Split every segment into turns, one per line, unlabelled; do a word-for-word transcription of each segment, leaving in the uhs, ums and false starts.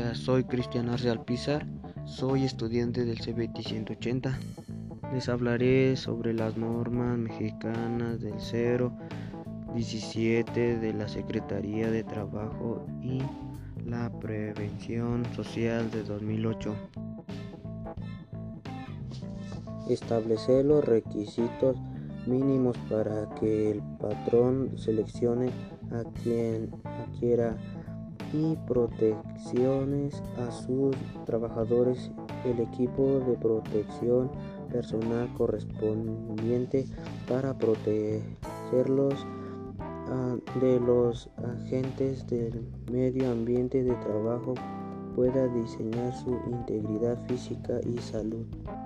días, soy Cristian Arce Alpizar, soy estudiante del C B T ciento ochenta. Les hablaré sobre las normas mexicanas del cero diecisiete de la Secretaría de Trabajo y la Prevención Social de dos mil ocho. Establecer los requisitos mínimos para que el patrón seleccione a quien quiera y protecciones a sus trabajadores. El equipo de protección personal correspondiente para protegerlos uh, de los agentes del medio ambiente de trabajo pueda diseñar su integridad física y salud.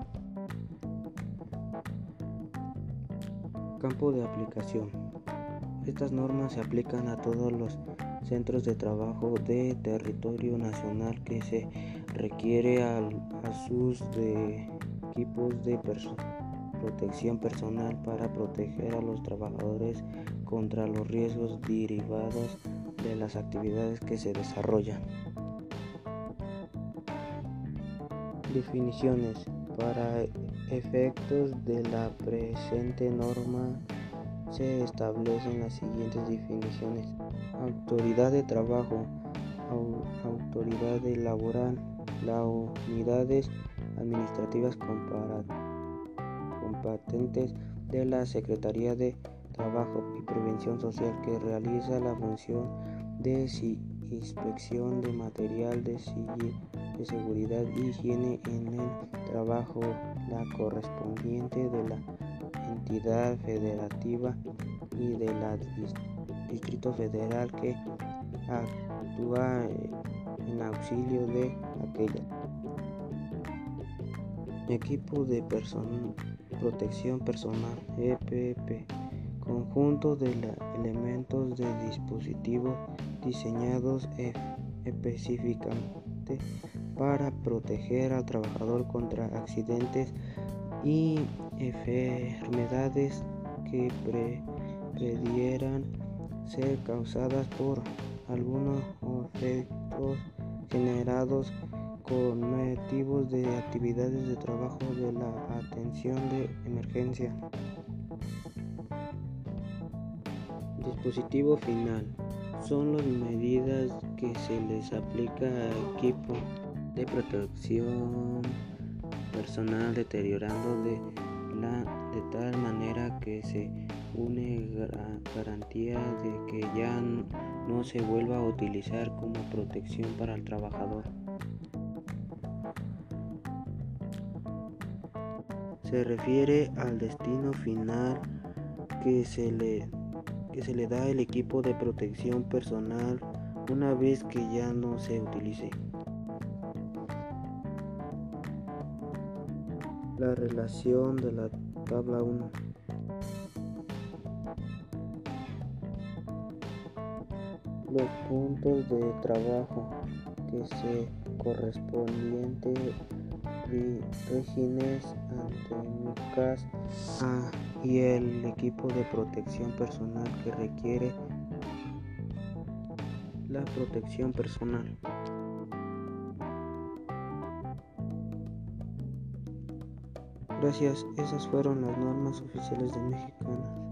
Campo de aplicación. Estas normas se aplican a todos los centros de trabajo de territorio nacional que se requiere al, a sus de equipos de perso- protección personal para proteger a los trabajadores contra los riesgos derivados de las actividades que se desarrollan. Definiciones. Para efectos de la presente norma se establecen las siguientes definiciones: autoridad de trabajo, au, autoridad de laboral, las unidades administrativas competentes de la Secretaría de Trabajo y Prevención Social que realiza la función de inspección de material de, de seguridad y higiene en el trabajo, la correspondiente de la entidad federativa y de la Distrito Federal que actúa en auxilio de aquella. Equipo de person- protección personal, E P P, conjunto de la elementos de dispositivos diseñados e- específicamente para proteger al trabajador contra accidentes y enfermedades que pre- pudieran ser causadas por algunos efectos generados con motivos de actividades de trabajo de la atención de emergencia. Dispositivo final. Son las medidas que se les aplica al equipo de protección personal deteriorando de, la, de tal manera que se une garantía de que ya no se vuelva a utilizar como protección para el trabajador. Se refiere al destino final que se le que se le da al equipo de protección personal una vez que ya no se utilice. La relación de la tabla uno. Los puntos de trabajo que se correspondiente regímenes antémicas ah, y el equipo de protección personal que requiere la protección personal. Gracias, esas fueron las normas oficiales de México.